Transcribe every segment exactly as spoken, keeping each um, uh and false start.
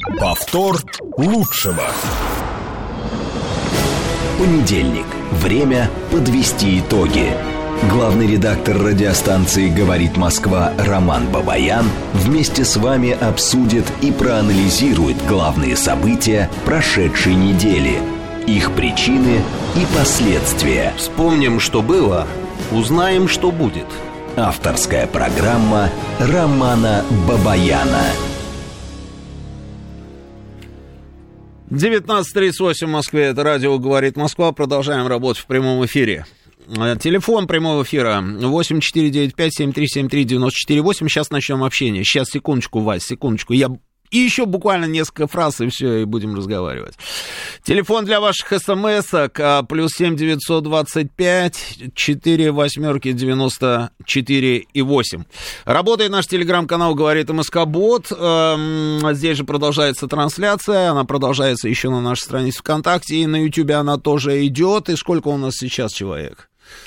Повтор лучшего. Понедельник. Время подвести итоги. Главный редактор радиостанции «Говорит Москва» Роман Бабаян вместе с вами обсудит и проанализирует главные события прошедшей недели, их причины и последствия. Вспомним, что было, узнаем, что будет. Авторская программа Романа Бабаяна. девятнадцать тридцать восемь в Москве. Это радио «Говорит Москва». Продолжаем работать в прямом эфире. Телефон прямого эфира восемь четыре девять пять семь три семь три девять четыре восемь. Сейчас начнем общение. Сейчас, секундочку, Вась, секундочку. Я... И еще буквально несколько фраз, и все, и будем разговаривать. Телефон для ваших смс-ок плюс семь девятьсот двадцать пять четыре восьмерки девяносто четыре и восемь. Работает наш телеграм-канал «Говорит МСК-бот». Здесь же продолжается трансляция. Она продолжается еще на нашей странице ВКонтакте. И на Ютубе она тоже идет. И сколько у нас сейчас человек?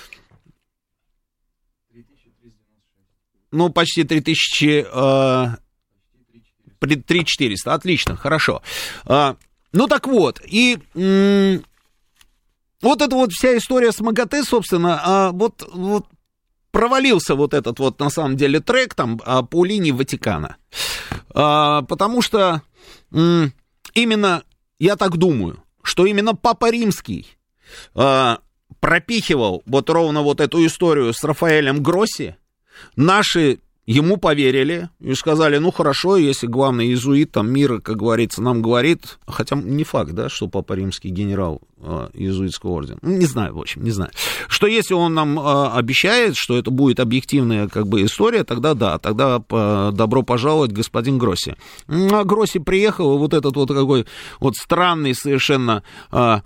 Ну, почти три тысячи... три тысячи четыреста, отлично, хорошо. А, ну так вот, и м- вот эта вот вся история с МАГАТЭ, собственно, а, вот, вот провалился вот этот вот, на самом деле, трек там а, по линии Ватикана. А, потому что м- именно, я так думаю, что именно Папа Римский а, пропихивал вот ровно вот эту историю с Рафаэлем Гросси. Наши ему поверили и сказали, ну хорошо, если главный иезуит там мира, как говорится, нам говорит, хотя не факт, да, что Папа Римский генерал э, иезуитского ордена, не знаю, в общем, не знаю, что если он нам э, обещает, что это будет объективная как бы история, тогда да, тогда э, добро пожаловать, господин Гросси. А Гросси приехал, вот этот вот какой вот странный совершенно... Э,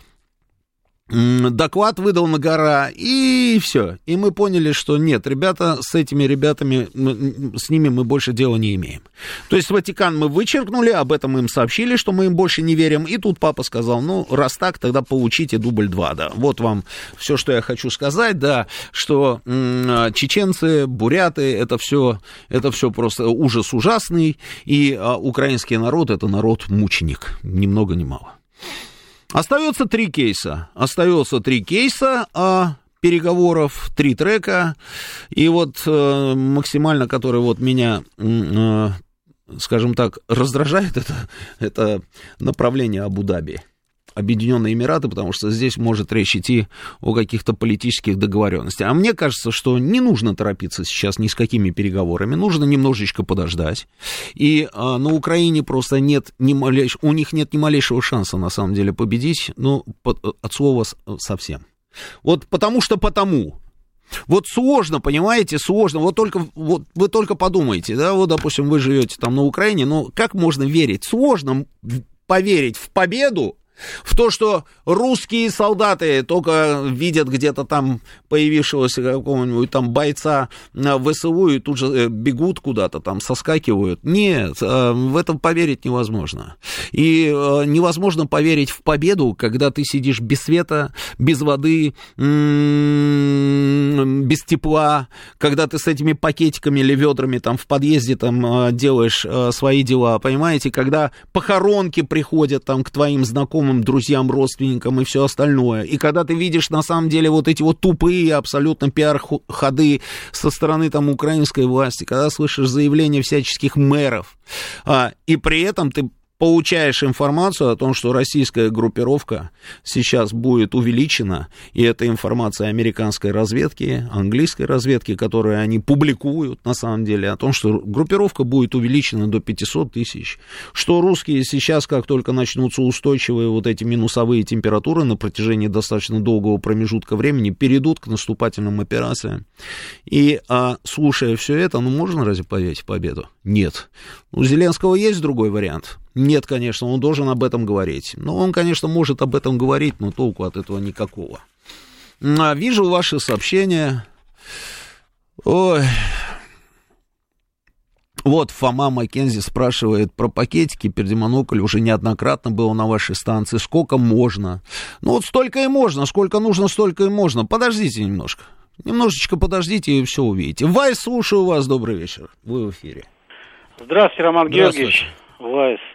доклад выдал на гора, и все. И мы поняли, что нет, ребята, с этими ребятами, с ними мы больше дела не имеем. То есть Ватикан мы вычеркнули, об этом им сообщили, что мы им больше не верим. И тут папа сказал, ну, раз так, тогда получите дубль два, да. Вот вам все, что я хочу сказать, да, что м- чеченцы, буряты, это все, это все просто ужас ужасный, и а, украинский народ, это народ-мученик, ни много ни мало. Остается три кейса. Остается три кейса а, переговоров, три трека. И вот а, максимально, который вот меня, а, скажем так, раздражает, это, это направление Абу-Даби. Объединенные Эмираты, потому что здесь может речь идти о каких-то политических договоренностях. А мне кажется, что не нужно торопиться сейчас ни с какими переговорами, нужно немножечко подождать. И а, на Украине просто нет ни малейш... у них нет ни малейшего шанса, на самом деле, победить, ну, под... от слова совсем. Вот потому что потому. Вот сложно, понимаете, сложно. Вот только, вот вы только подумайте, да, вот, допустим, вы живете там на Украине, но как можно верить? Сложно поверить в победу, в то, что русские солдаты только видят где-то там появившегося какого-нибудь там бойца в ВСУ и тут же бегут куда-то там, соскакивают. Нет, в этом поверить невозможно. И невозможно поверить в победу, когда ты сидишь без света, без воды, без тепла, когда ты с этими пакетиками или ведрами там в подъезде там делаешь свои дела, понимаете, когда похоронки приходят там к твоим знакомым, друзьям, родственникам и все остальное. И когда ты видишь, на самом деле, вот эти вот тупые абсолютно пиар-ходы со стороны там украинской власти, когда слышишь заявления всяческих мэров, а, и при этом ты получаешь информацию о том, что российская группировка сейчас будет увеличена, и это информация американской разведки, английской разведки, которую они публикуют, на самом деле, о том, что группировка будет увеличена до пятьсот тысяч, что русские сейчас, как только начнутся устойчивые вот эти минусовые температуры на протяжении достаточно долгого промежутка времени, перейдут к наступательным операциям. И, а, слушая все это, ну, можно разве поверить в победу? Нет. У Зеленского есть другой вариант? Нет, конечно, он должен об этом говорить. Но он, конечно, может об этом говорить, но толку от этого никакого. Вижу ваши сообщения. Ой. Вот Фома Маккензи спрашивает про пакетики. Пердемонокль уже неоднократно был на вашей станции. Сколько можно? Ну вот столько и можно. Сколько нужно, столько и можно. Подождите немножко. Немножечко подождите и все увидите. Вайс, слушаю вас. Добрый вечер. Вы в эфире. Здравствуйте, Роман Георгиевич. Вайс.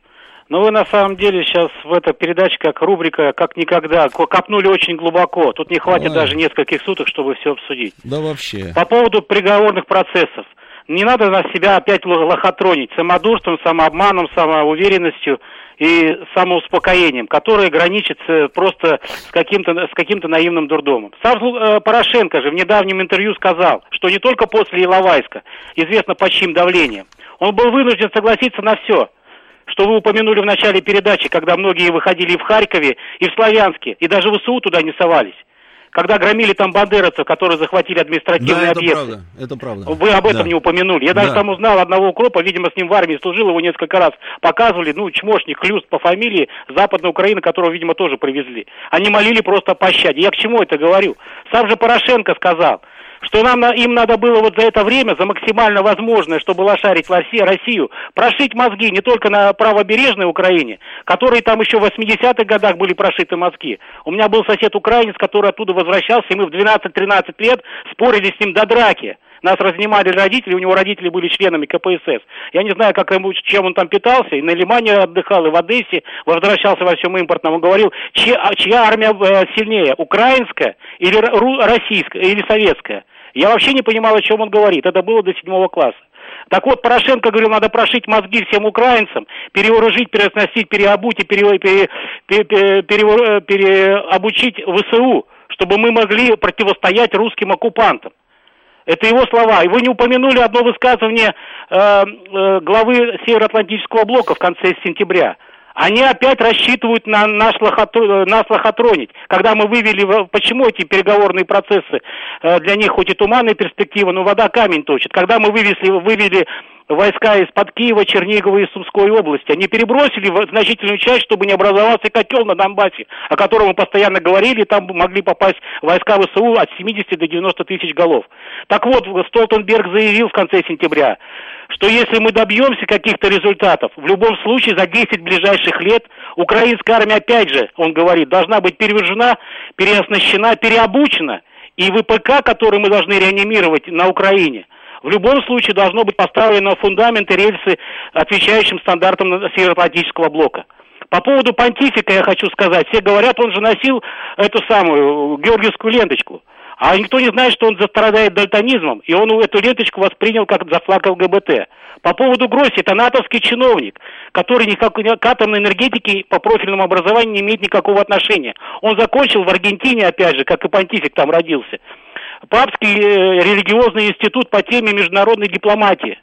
Но вы на самом деле сейчас в этой передаче, как рубрика, как никогда, копнули очень глубоко. Тут не хватит Ой. даже нескольких суток, чтобы все обсудить. Да вообще. По поводу приговорных процессов. Не надо на себя опять лохотронить самодурством, самообманом, самоуверенностью и самоуспокоением, которое граничит просто с каким-то, с каким-то наивным дурдомом. Сам э, Порошенко же в недавнем интервью сказал, что не только после Иловайска, известно под чьим давлением, он был вынужден согласиться на все, что вы упомянули в начале передачи, когда многие выходили и в Харькове, и в Славянске, и даже в ВСУ туда не совались. Когда громили там бандеровцев, которые захватили административные да, это объекты. Правда, это правда. Вы об этом да. не упомянули. Я даже да. там узнал одного укропа, видимо, с ним в армии служил, его несколько раз показывали, ну, чмошник, хлюст по фамилии, Западной Украины, которого, видимо, тоже привезли. Они молили просто о пощаде. Я к чему это говорю? Сам же Порошенко сказал, что нам, им надо было вот за это время, за максимально возможное, чтобы лошарить Россию, прошить мозги не только на правобережной Украине, которые там еще в восьмидесятых годах были прошиты мозги. У меня был сосед-украинец, который оттуда возвращался, и мы в двенадцать-тринадцать лет спорили с ним до драки. Нас разнимали родители, у него родители были членами ка пэ эс эс. Я не знаю, как ему, чем он там питался, и на Лимане отдыхал, и в Одессе, возвращался во всем импортном. Он говорил, чья, чья армия сильнее, украинская или российская, или советская. Я вообще не понимал, о чем он говорит. Это было до седьмого класса. Так вот, Порошенко говорил, надо прошить мозги всем украинцам, перевооружить, переоснастить, переобуть и пере, пере, пере, пере, пере, переобучить ВСУ, чтобы мы могли противостоять русским оккупантам. Это его слова. И вы не упомянули одно высказывание э, э, главы Североатлантического блока в конце сентября. Они опять рассчитывают на нас, лохотро... нас лохотронить. Когда мы вывели... Почему эти переговорные процессы э, для них хоть и туманная перспектива, но вода камень точит. Когда мы вывезли, вывели войска из-под Киева, Чернигова и Сумской области, они перебросили значительную часть, чтобы не образовался котел на Донбассе, о котором мы постоянно говорили, там могли попасть войска ВСУ от семидесяти до девяноста тысяч голов. Так вот, Столтенберг заявил в конце сентября, что если мы добьемся каких-то результатов, в любом случае за десять ближайших лет украинская армия, опять же, он говорит, должна быть перевержена, переоснащена, переобучена, и ВПК, который мы должны реанимировать на Украине, в любом случае должно быть поставлено фундамент и рельсы, отвечающим стандартам Североатлантического блока. По поводу понтифика я хочу сказать, все говорят, он же носил эту самую георгиевскую ленточку. А никто не знает, что он страдает дальтонизмом, и он эту ленточку воспринял как за флаг эл гэ бэ тэ. По поводу Гросси, это натовский чиновник, который никак, к атомной энергетике по профильному образованию не имеет никакого отношения. Он закончил в Аргентине, опять же, как и понтифик там родился, Папский э, религиозный институт по теме международной дипломатии.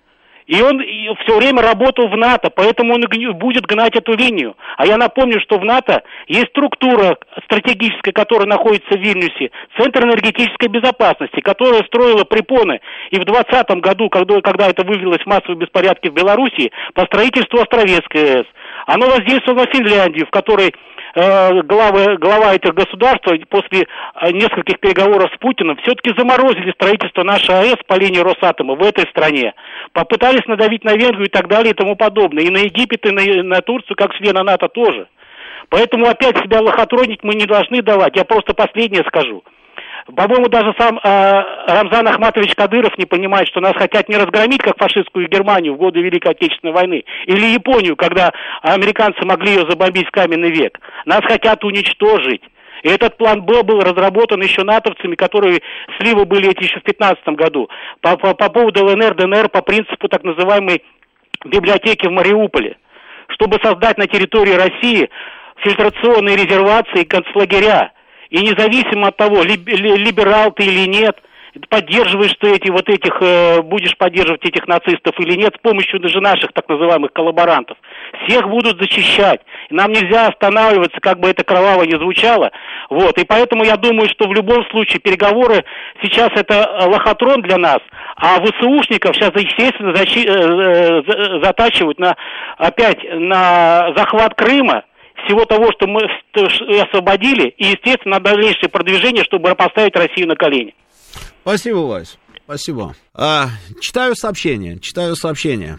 И он все время работал в НАТО, поэтому он будет гнать эту линию. А я напомню, что в НАТО есть структура стратегическая, которая находится в Вильнюсе, Центр энергетической безопасности, которая строила препоны и в двадцатом году, когда, когда это вылилось в массовые беспорядки в Белоруссии, по строительству Островецкой АЭС. Оно воздействовало на Финляндию, в которой э, главы, глава этих государств после э, нескольких переговоров с Путиным все-таки заморозили строительство нашей АЭС по линии Росатома в этой стране. Попытались надавить на Венгрию и так далее и тому подобное. И на Египет, и на, на Турцию, как члена НАТО тоже. Поэтому опять себя лохотронить мы не должны давать. Я просто последнее скажу. По-моему, даже сам э, Рамзан Ахматович Кадыров не понимает, что нас хотят не разгромить, как фашистскую Германию в годы Великой Отечественной войны, или Японию, когда американцы могли ее забомбить в каменный век. Нас хотят уничтожить. И этот план Б был разработан еще натовцами, которые сливы были эти еще в пятнадцатом году. По, по, по поводу эл эн эр, дэ эн эр по принципу так называемой библиотеки в Мариуполе. Чтобы создать на территории России фильтрационные резервации и концлагеря. И независимо от того, либерал ты или нет, поддерживаешь ты эти вот этих, э, будешь поддерживать этих нацистов или нет, с помощью даже наших так называемых коллаборантов. Всех будут защищать. Нам нельзя останавливаться, как бы это кроваво ни звучало. Вот. И поэтому я думаю, что в любом случае переговоры сейчас это лохотрон для нас, а ВСУшников сейчас, естественно, защи- э, э, затачивают на, опять на захват Крыма, всего того, что мы освободили, и, естественно, на дальнейшее продвижение, чтобы поставить Россию на колени. Спасибо, Вась. Спасибо. А, читаю сообщение. Читаю сообщение.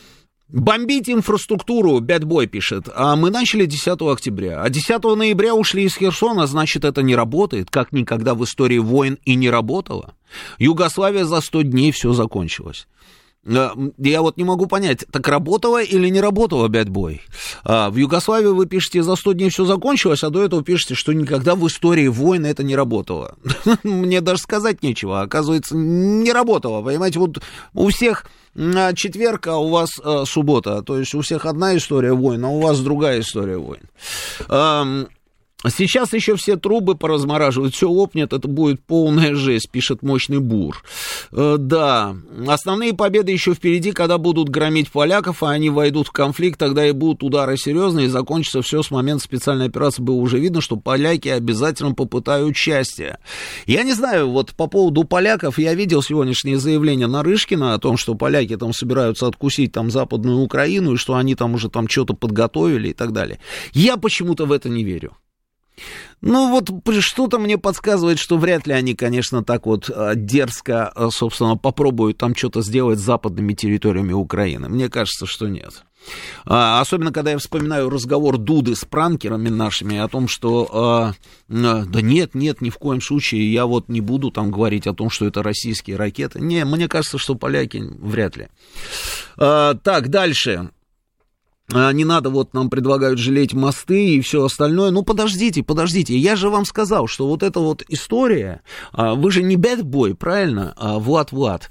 Бомбить инфраструктуру, Бэтбой пишет. А мы начали десятого октября. А десятого ноября ушли из Херсона, значит, это не работает, как никогда в истории войн и не работало. Югославия за сто дней все закончилось. Я вот не могу понять, так работало или не работало бэтбой? В Югославии вы пишете, за сто дней все закончилось, а до этого пишете, что никогда в истории войн это не работало. Мне даже сказать нечего, оказывается, не работало, понимаете, вот у всех четверг, а у вас суббота, то есть у всех одна история войн, а у вас другая история войн. Сейчас еще все трубы поразмораживают, все лопнет, это будет полная жесть, пишет мощный бур. Э, да, основные победы еще впереди, когда будут громить поляков, а они войдут в конфликт, тогда и будут удары серьезные, и закончится все с момента специальной операции. Было уже видно, что поляки обязательно попытают счастья. Я не знаю, вот по поводу поляков, я видел сегодняшнее заявление Нарышкина о том, что поляки там собираются откусить там Западную Украину, и что они там уже там что-то подготовили и так далее. Я почему-то в это не верю. Ну вот что-то мне подсказывает, что вряд ли они, конечно, так вот дерзко, собственно, попробуют там что-то сделать с западными территориями Украины. Мне кажется, что нет. А, особенно, когда я вспоминаю разговор Дуды с пранкерами нашими о том, что а, да нет, нет, ни в коем случае я вот не буду там говорить о том, что это российские ракеты. Не, мне кажется, что поляки вряд ли. А, так, дальше. Не надо, вот нам предлагают жалеть мосты и все остальное. Ну, подождите, подождите. Я же вам сказал, что вот эта вот история, вы же не бэтбой, правильно, Влад, Влад.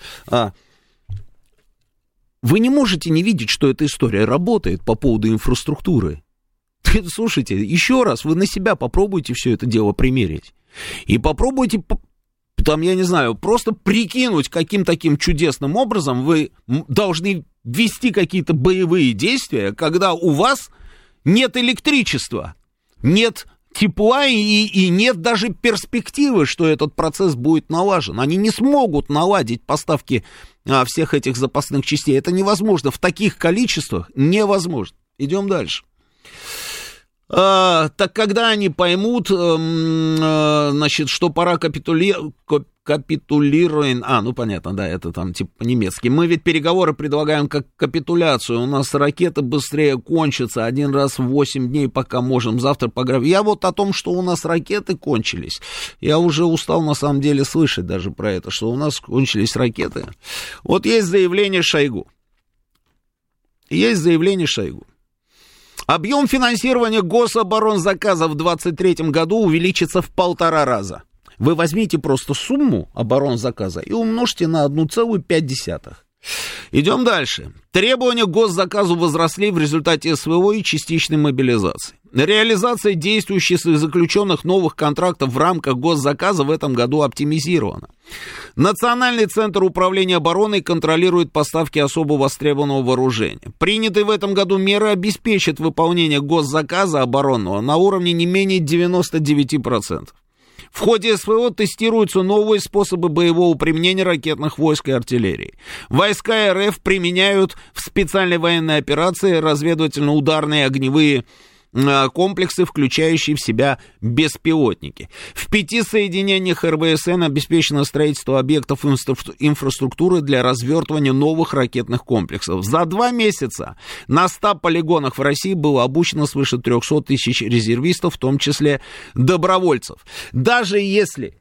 Вы не можете не видеть, что эта история работает по поводу инфраструктуры. Слушайте, еще раз, вы на себя попробуйте все это дело примерить. И попробуйте, там, я не знаю, просто прикинуть, каким таким чудесным образом вы должны вести какие-то боевые действия, когда у вас нет электричества, нет тепла и, и нет даже перспективы, что этот процесс будет налажен. Они не смогут наладить поставки а, всех этих запасных частей. Это невозможно. В таких количествах невозможно. Идем дальше. А, так когда они поймут, а, значит, что пора капитулировать, капитулируем, а, ну понятно, да, это там типа по-немецки. Мы ведь переговоры предлагаем как капитуляцию, у нас ракеты быстрее кончатся, один раз в восемь дней, пока можем, завтра пограбить. Я вот о том, что у нас ракеты кончились, я уже устал на самом деле слышать даже про это, что у нас кончились ракеты. Вот есть заявление Шойгу. Есть заявление Шойгу. Объем финансирования гособоронзаказа в двадцать третьем году увеличится в полтора раза. Вы возьмите просто сумму оборонзаказа и умножьте на одна целая пять десятых. Идем дальше. Требования к госзаказу возросли в результате СВО и частичной мобилизации. Реализация действующих и заключенных новых контрактов в рамках госзаказа в этом году оптимизирована. Национальный центр управления обороной контролирует поставки особо востребованного вооружения. Принятые в этом году меры обеспечат выполнение госзаказа оборонного на уровне не менее девяносто девять процентов. В ходе СВО тестируются новые способы боевого применения ракетных войск и артиллерии. Войска РФ применяют в специальной военной операции разведывательно-ударные огневые комплексы, включающие в себя беспилотники. В пяти соединениях эр вэ эс эн обеспечено строительство объектов инфраструктуры для развертывания новых ракетных комплексов. За два месяца на ста полигонах в России было обучено свыше триста тысяч резервистов, в том числе добровольцев. Даже если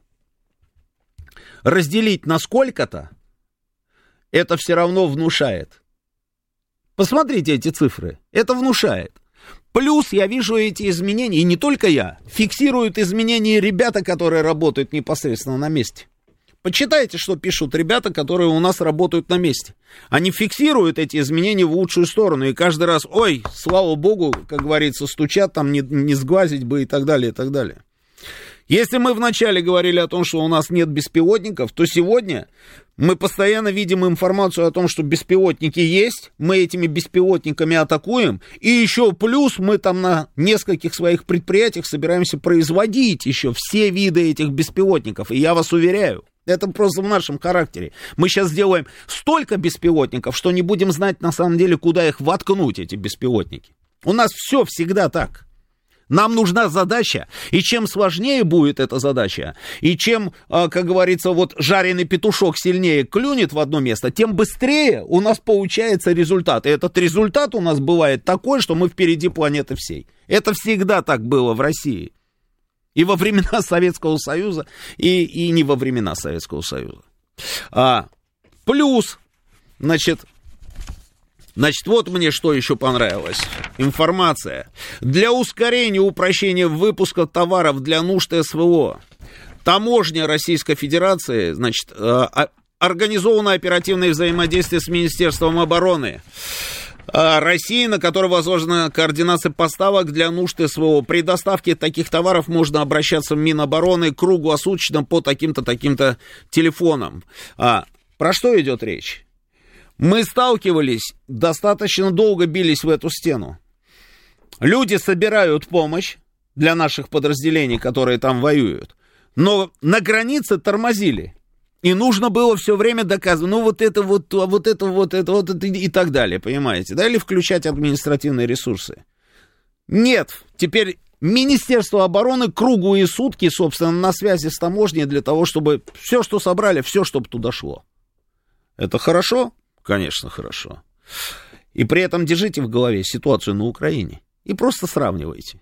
разделить на сколько-то, это все равно внушает. Посмотрите эти цифры, это внушает. Плюс я вижу эти изменения, и не только я, фиксируют изменения ребята, которые работают непосредственно на месте. Почитайте, что пишут ребята, которые у нас работают на месте. Они фиксируют эти изменения в лучшую сторону, и каждый раз, ой, слава богу, как говорится, стучат, там не, не сглазить бы и так далее, и так далее. Если мы вначале говорили о том, что у нас нет беспилотников, то сегодня мы постоянно видим информацию о том, что беспилотники есть, мы этими беспилотниками атакуем, и еще плюс мы там на нескольких своих предприятиях собираемся производить еще все виды этих беспилотников, и я вас уверяю, это просто в нашем характере. Мы сейчас сделаем столько беспилотников, что не будем знать на самом деле, куда их воткнуть, эти беспилотники. У нас все всегда так. Нам нужна задача, и чем сложнее будет эта задача, и чем, как говорится, вот жареный петушок сильнее клюнет в одно место, тем быстрее у нас получается результат. И этот результат у нас бывает такой, что мы впереди планеты всей. Это всегда так было в России. И во времена Советского Союза, и, и не во времена Советского Союза. А, плюс... Значит, значит, вот мне что еще понравилось. Информация. Для ускорения упрощения выпуска товаров для нужд СВО таможня Российской Федерации, значит, организовано оперативное взаимодействие с Министерством обороны России, на которое возложена координация поставок для нужд СВО. При доставке таких товаров можно обращаться в Минобороны круглосуточно по таким-то, таким-то телефонам. А, про что идет речь? Мы сталкивались, достаточно долго бились в эту стену. Люди собирают помощь для наших подразделений, которые там воюют, но на границе тормозили. И нужно было все время доказывать, ну вот это вот, вот это вот, это вот, это и так далее, понимаете, да, или включать административные ресурсы. Нет, теперь Министерство обороны круглые сутки, собственно, на связи с таможней для того, чтобы все, что собрали, все, чтобы туда шло. Это хорошо? Конечно, хорошо. И при этом держите в голове ситуацию на Украине и просто сравнивайте.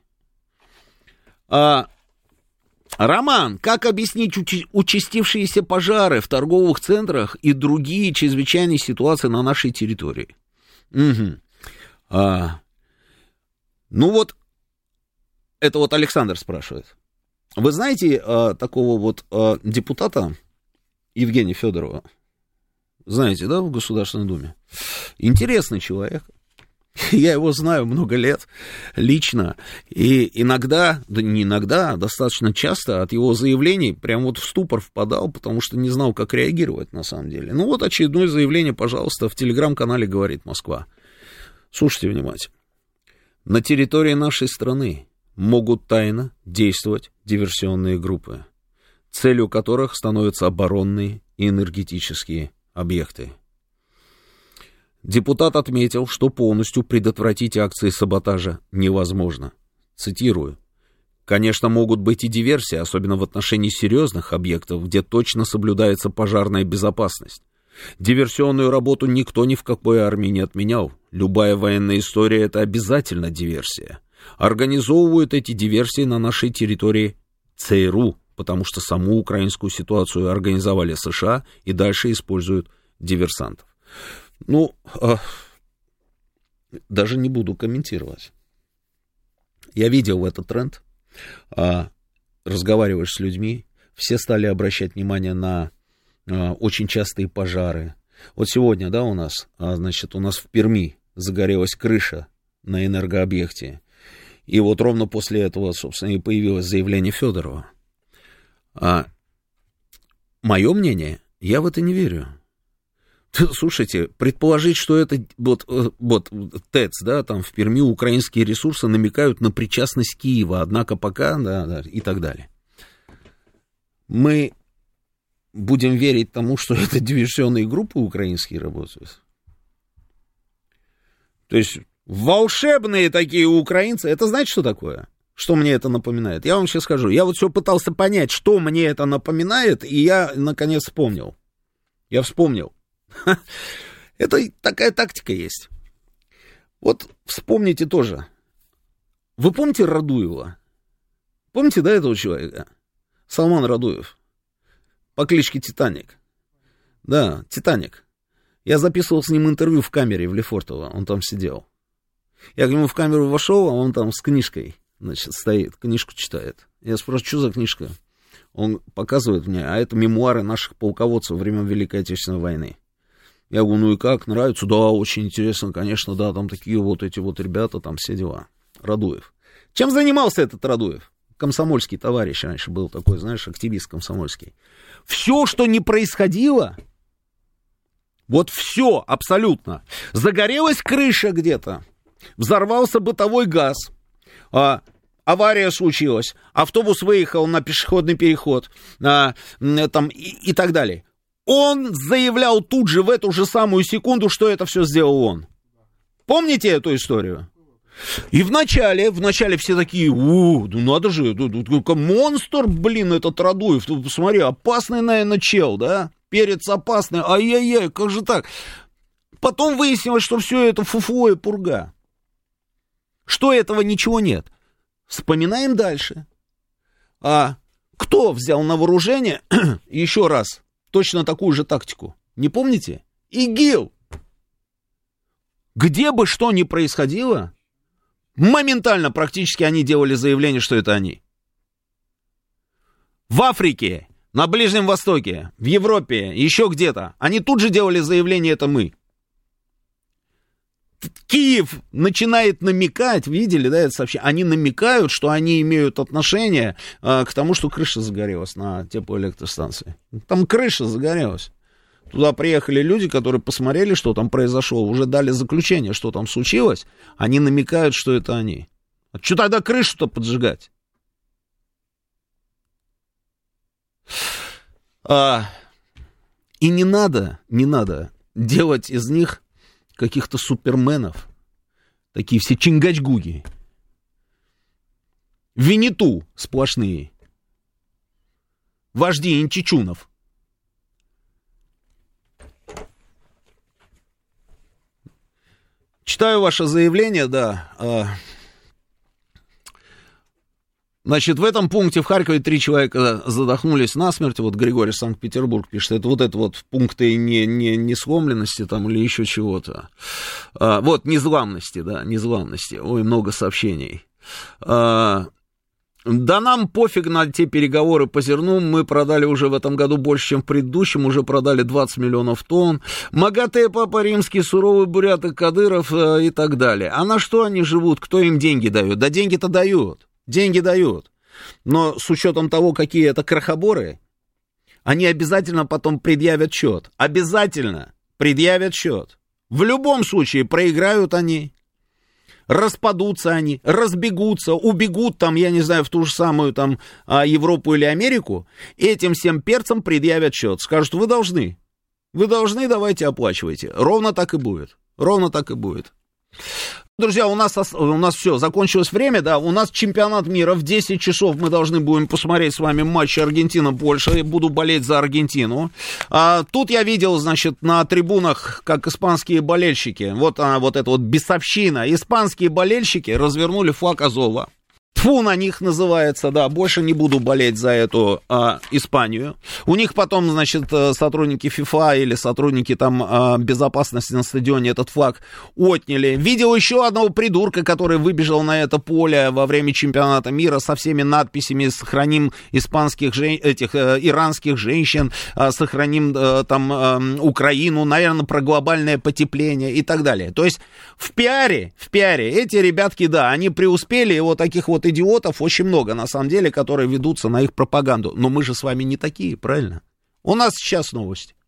А... Роман, как объяснить уч- участившиеся пожары в торговых центрах и другие чрезвычайные ситуации на нашей территории? Угу. А, ну вот, это вот Александр спрашивает. Вы знаете а, такого вот а, депутата Евгения Федорова? Знаете, да, в Государственной Думе? Интересный человек. Я его знаю много лет лично, и иногда, да не иногда, а достаточно часто от его заявлений прям вот в ступор впадал, потому что не знал, как реагировать на самом деле. Ну вот очередное заявление, пожалуйста, в телеграм-канале «Говорит Москва». Слушайте внимательно. На территории нашей страны могут тайно действовать диверсионные группы, целью которых становятся оборонные и энергетические объекты. Депутат отметил, что полностью предотвратить акции саботажа невозможно. Цитирую. «Конечно, могут быть и диверсии, особенно в отношении серьезных объектов, где точно соблюдается пожарная безопасность. Диверсионную работу никто ни в какой армии не отменял. Любая военная история — это обязательно диверсия. Организовывают эти диверсии на нашей территории ЦРУ, потому что саму украинскую ситуацию организовали США и дальше используют диверсантов». Ну, э, даже не буду комментировать. Я видел этот тренд, э, разговариваешь с людьми, все стали обращать внимание на э, очень частые пожары. Вот сегодня, да, у нас, э, значит, у нас в Перми загорелась крыша на энергообъекте, и вот ровно после этого, собственно, и появилось заявление Федорова. А мое мнение, я в это не верю. Слушайте, предположить, что это вот, вот ТЭЦ, да, там в Перми украинские ресурсы намекают на причастность Киева, однако пока, да, да, и так далее. Мы будем верить тому, что это диверсионные группы украинские работают. То есть волшебные такие украинцы, это знаете, что такое? Что мне это напоминает? Я вам сейчас скажу. Я вот все пытался понять, что мне это напоминает, и я, наконец, вспомнил. Я вспомнил. Это такая тактика есть. Вот вспомните тоже. Вы помните Радуева? Помните, да, этого человека? Салман Радуев. По кличке Титаник. Да, Титаник. Я записывал с ним интервью в камере в Лефортово. Он там сидел. Я к нему в камеру вошел, а он там с книжкой, значит, стоит, книжку читает. Я спрашиваю, что за книжка? Он показывает мне, а это мемуары наших полководцев времен Великой Отечественной войны. Я говорю, ну и как, нравится? Да, очень интересно, конечно, да, там такие вот эти вот ребята, там все дела. Радуев. Чем занимался этот Радуев? Комсомольский товарищ раньше был такой, знаешь, активист комсомольский. Все, что не происходило, вот все абсолютно. Загорелась крыша где-то, взорвался бытовой газ, а, авария случилась, автобус выехал на пешеходный переход, а, там, и, и так далее. Он заявлял тут же, в эту же самую секунду, что это все сделал он. Помните эту историю? И вначале, вначале все такие, у, ну надо же, монстр, блин, этот Радуев, посмотри, опасный, наверное, чел, да? Перец опасный, ай-яй-яй, как же так? Потом выяснилось, что все это фуфло и пурга. Что этого ничего нет. Вспоминаем дальше. А кто взял на вооружение, еще раз, точно такую же тактику? Не помните? ИГИЛ. Где бы что ни происходило, моментально практически они делали заявление, что это они. В Африке, на Ближнем Востоке, в Европе, еще где-то, они тут же делали заявление, это мы. Киев начинает намекать, видели, да, это сообщение, они намекают, что они имеют отношение э, к тому, что крыша загорелась на теплоэлектростанции. Там крыша загорелась. Туда приехали люди, которые посмотрели, что там произошло, уже дали заключение, что там случилось. Они намекают, что это они. А что тогда крышу-то поджигать? А, и не надо, не надо делать из них каких-то суперменов, такие все чингачгуги, Винниту сплошные, вожди инчичунов. Читаю ваше заявление, да. Значит, в этом пункте в Харькове три человека задохнулись насмерть. Вот Григорий Санкт-Петербург пишет. Это вот это вот пункты не, не, не сломленности там или еще чего-то. А, вот, незламности, да, незламности. Ой, много сообщений. А, да нам пофиг на те переговоры по зерну. Мы продали уже в этом году больше, чем в предыдущем. Уже продали двадцать миллионов тонн. МАГАТЭ, Папа Римский, суровый бурят, Кадыров а, и так далее. А на что они живут? Кто им деньги дает? Да деньги-то дают. Деньги дают, но с учетом того, какие это крохоборы, они обязательно потом предъявят счет. Обязательно предъявят счет. В любом случае проиграют они, распадутся они, разбегутся, убегут там, я не знаю, в ту же самую там Европу или Америку, этим всем перцам предъявят счет. Скажут, вы должны, вы должны, давайте оплачивайте. Ровно так и будет, ровно так и будет. Друзья, у нас, у нас все, закончилось время, да, у нас чемпионат мира, в десять часов мы должны будем посмотреть с вами матч Аргентина-Польша, я буду болеть за Аргентину. А, тут я видел, значит, на трибунах, как испанские болельщики, вот, а, вот это вот бесовщина, испанские болельщики развернули флаг Азова. Тьфу на них называется, да, больше не буду болеть за эту а, Испанию. У них потом, значит, сотрудники ФИФА или сотрудники там а, безопасности на стадионе этот флаг отняли. Видел еще одного придурка, который выбежал на это поле во время чемпионата мира со всеми надписями «Сохраним испанских, жен... этих э, иранских женщин», э, «Сохраним э, там э, Украину», наверное, про глобальное потепление и так далее. То есть в пиаре, в пиаре эти ребятки, да, они преуспели, и вот таких вот идиотов очень много, на самом деле, которые ведутся на их пропаганду. Но мы же с вами не такие, правильно? У нас сейчас новости.